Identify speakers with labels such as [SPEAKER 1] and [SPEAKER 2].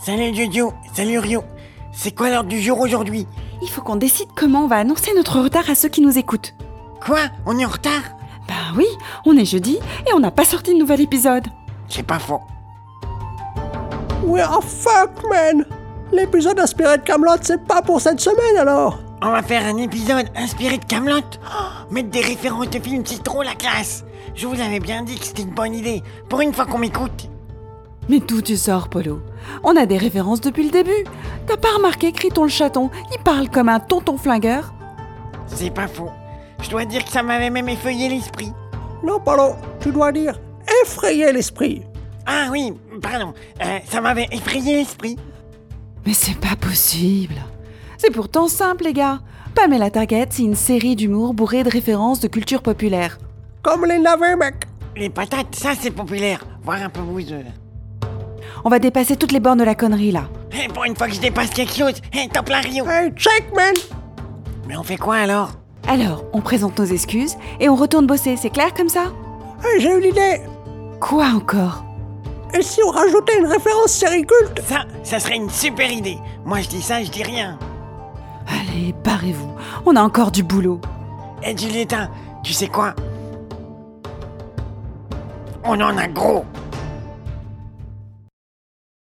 [SPEAKER 1] Salut Jojo, salut Rio. C'est quoi l'ordre du jour aujourd'hui?
[SPEAKER 2] Il faut qu'on décide comment on va annoncer notre retard à ceux qui nous écoutent.
[SPEAKER 1] Quoi? On est en retard?
[SPEAKER 2] Bah oui, on est jeudi et on n'a pas sorti de nouvel épisode.
[SPEAKER 1] C'est pas faux.
[SPEAKER 3] We are fucked, man. L'épisode inspiré de Kaamelott, c'est pas pour cette semaine alors.
[SPEAKER 1] On va faire un épisode inspiré de Kaamelott. Mettre des références de films, c'est trop la classe. Je vous avais bien dit que c'était une bonne idée. Pour une fois qu'on m'écoute.
[SPEAKER 2] Mais d'où tu sors, Polo? On a des références depuis le début. T'as pas remarqué Criton le chaton, il parle comme un tonton flingueur?
[SPEAKER 1] C'est pas faux. Je dois dire que ça m'avait même effeuillé l'esprit.
[SPEAKER 3] Non, Polo, tu dois dire effrayer l'esprit.
[SPEAKER 1] Ah oui, pardon. Ça m'avait effrayé l'esprit.
[SPEAKER 2] Mais c'est pas possible. C'est pourtant simple, les gars. Pamela Target, c'est une série d'humour bourrée de références de culture populaire.
[SPEAKER 3] Comme les navets, mec.
[SPEAKER 1] Les patates, ça c'est populaire. Voire un peu bouseux.
[SPEAKER 2] On va dépasser toutes les bornes de la connerie, là.
[SPEAKER 1] Hey, pour une fois que je dépasse quelque chose, hey, top la Rio.
[SPEAKER 3] Hey, check, man.
[SPEAKER 1] Mais on fait quoi alors?
[SPEAKER 2] Alors, on présente nos excuses et on retourne bosser, c'est clair comme ça?
[SPEAKER 3] Hey, j'ai une idée.
[SPEAKER 2] Quoi encore?
[SPEAKER 3] Et si on rajoutait une référence série culte?
[SPEAKER 1] Ça serait une super idée. Moi je dis ça, je dis rien.
[SPEAKER 2] Allez, barrez-vous, on a encore du boulot.
[SPEAKER 1] Et Julieta, tu sais quoi? On en a gros.